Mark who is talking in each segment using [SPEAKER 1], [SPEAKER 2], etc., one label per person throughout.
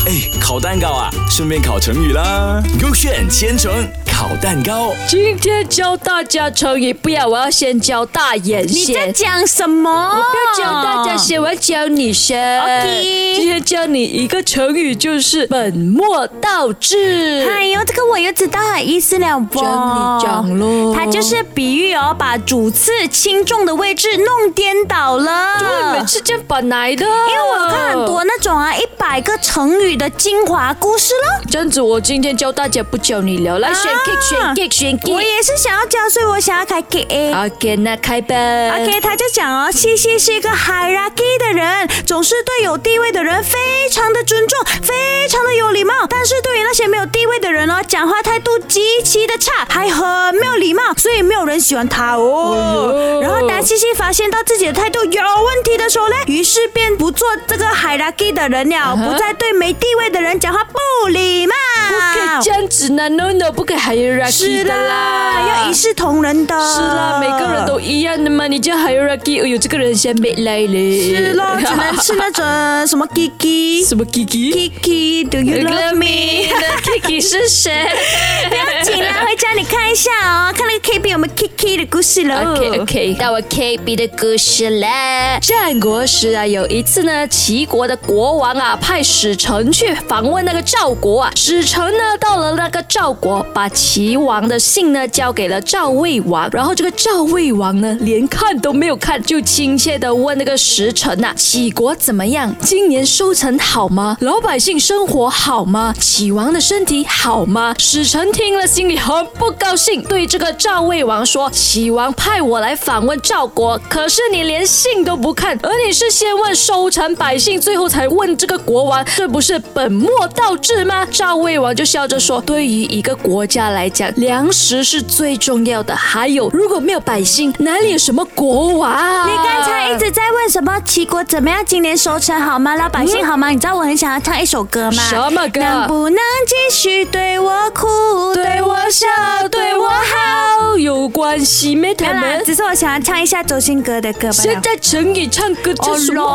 [SPEAKER 1] 烤蛋糕啊，顺便烤成语啦。勾选千层烤蛋糕。
[SPEAKER 2] 今天教大家成语，不要，我要先教大眼先。
[SPEAKER 3] 你在讲什么？
[SPEAKER 2] 我不要教大家先，我要教你先。
[SPEAKER 3] OK。
[SPEAKER 2] 今天教你一个成语，就是本末倒置。
[SPEAKER 3] 哎呦，这个我又知道它意思了不？
[SPEAKER 2] 跟你讲咯，
[SPEAKER 3] 它就是比喻把主次轻重的位置弄颠倒了。
[SPEAKER 2] 对，每次这样本来的。
[SPEAKER 3] 因为我有看很多那种100个成语的精华故事了。
[SPEAKER 2] 这样子，我今天教大家，不教你了。来选 cake， 选 cake。
[SPEAKER 3] 我也是想要教，所以我想要开 cake。
[SPEAKER 2] OK， 那开吧。
[SPEAKER 3] OK， 他就讲西西是一个 hierarchy 的人，总是对有地位的人非常的尊重，非常的有礼貌。但是对于那些没有地位的人讲话态度极其的差，还很没有礼貌，所以没有人喜欢他然后当西西发现到自己的态度有问题的时候呢，于是便不做这个 hierarchy 的人了，不再对没地位的人讲话不礼貌。
[SPEAKER 2] 不可以这样子呢 ，no， 不可以 hierarchy 的啦，
[SPEAKER 3] 要一视同仁的。
[SPEAKER 2] 是啦，每个人都一样的嘛，你叫 hierarchy， 哎呦，这个人先没来嘞。
[SPEAKER 3] 是咯，只能吃那种什么 Kiki，
[SPEAKER 2] 什么 Kiki，
[SPEAKER 3] Do you love me？
[SPEAKER 2] Kiki 是谁？
[SPEAKER 3] 不要紧啦，回家你看一下看那个 KB 有没有 Kiki 的故事了。
[SPEAKER 2] OK， 到我 KB 的故事了。战国时有一次呢，齐国的国王派使臣去访问那个赵国使臣呢到了那个赵国，把齐王的信呢交给了赵魏王，然后这个赵魏王呢连看都没有看，就亲切的问那个使臣齐国怎么样？今年收成好吗？老百姓生活好吗？齐王的身体好吗？使臣听了心里很不高兴，对这个赵魏王说，齐王派我来访问赵国，可是你连信都不看，而你是先问收成百姓，最后才问这个国王，这不是本末倒置吗？赵魏王就笑着说，对于一个国家来讲，粮食是最重要的，还有如果没有百姓，哪里有什么国王？
[SPEAKER 3] 你刚才一直在问什么齐国怎么样，今年收成好吗？老百姓好吗？你知道我很想要唱一首歌吗？
[SPEAKER 2] 什么歌？
[SPEAKER 3] 能不能继续对我哭，对我笑，对我好？
[SPEAKER 2] 有关系没？他们
[SPEAKER 3] 只是我想要唱一下周星歌的歌吧。
[SPEAKER 2] 现在成语唱歌这什么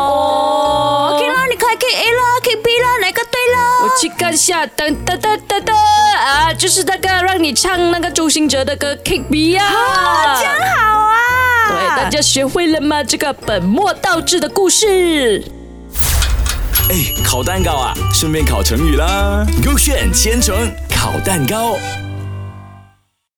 [SPEAKER 3] ？OK 啦，你开 K A 啦 ，K B 啦，哪个对了？
[SPEAKER 2] 我去看下，噔噔噔噔噔就是那个让你唱那个周星哲的歌 K B
[SPEAKER 3] 这样好啊！
[SPEAKER 2] 对，大家学会了吗？这个本末倒置的故事。
[SPEAKER 1] 烤蛋糕啊，顺便烤成语啦。勾选千层烤蛋糕。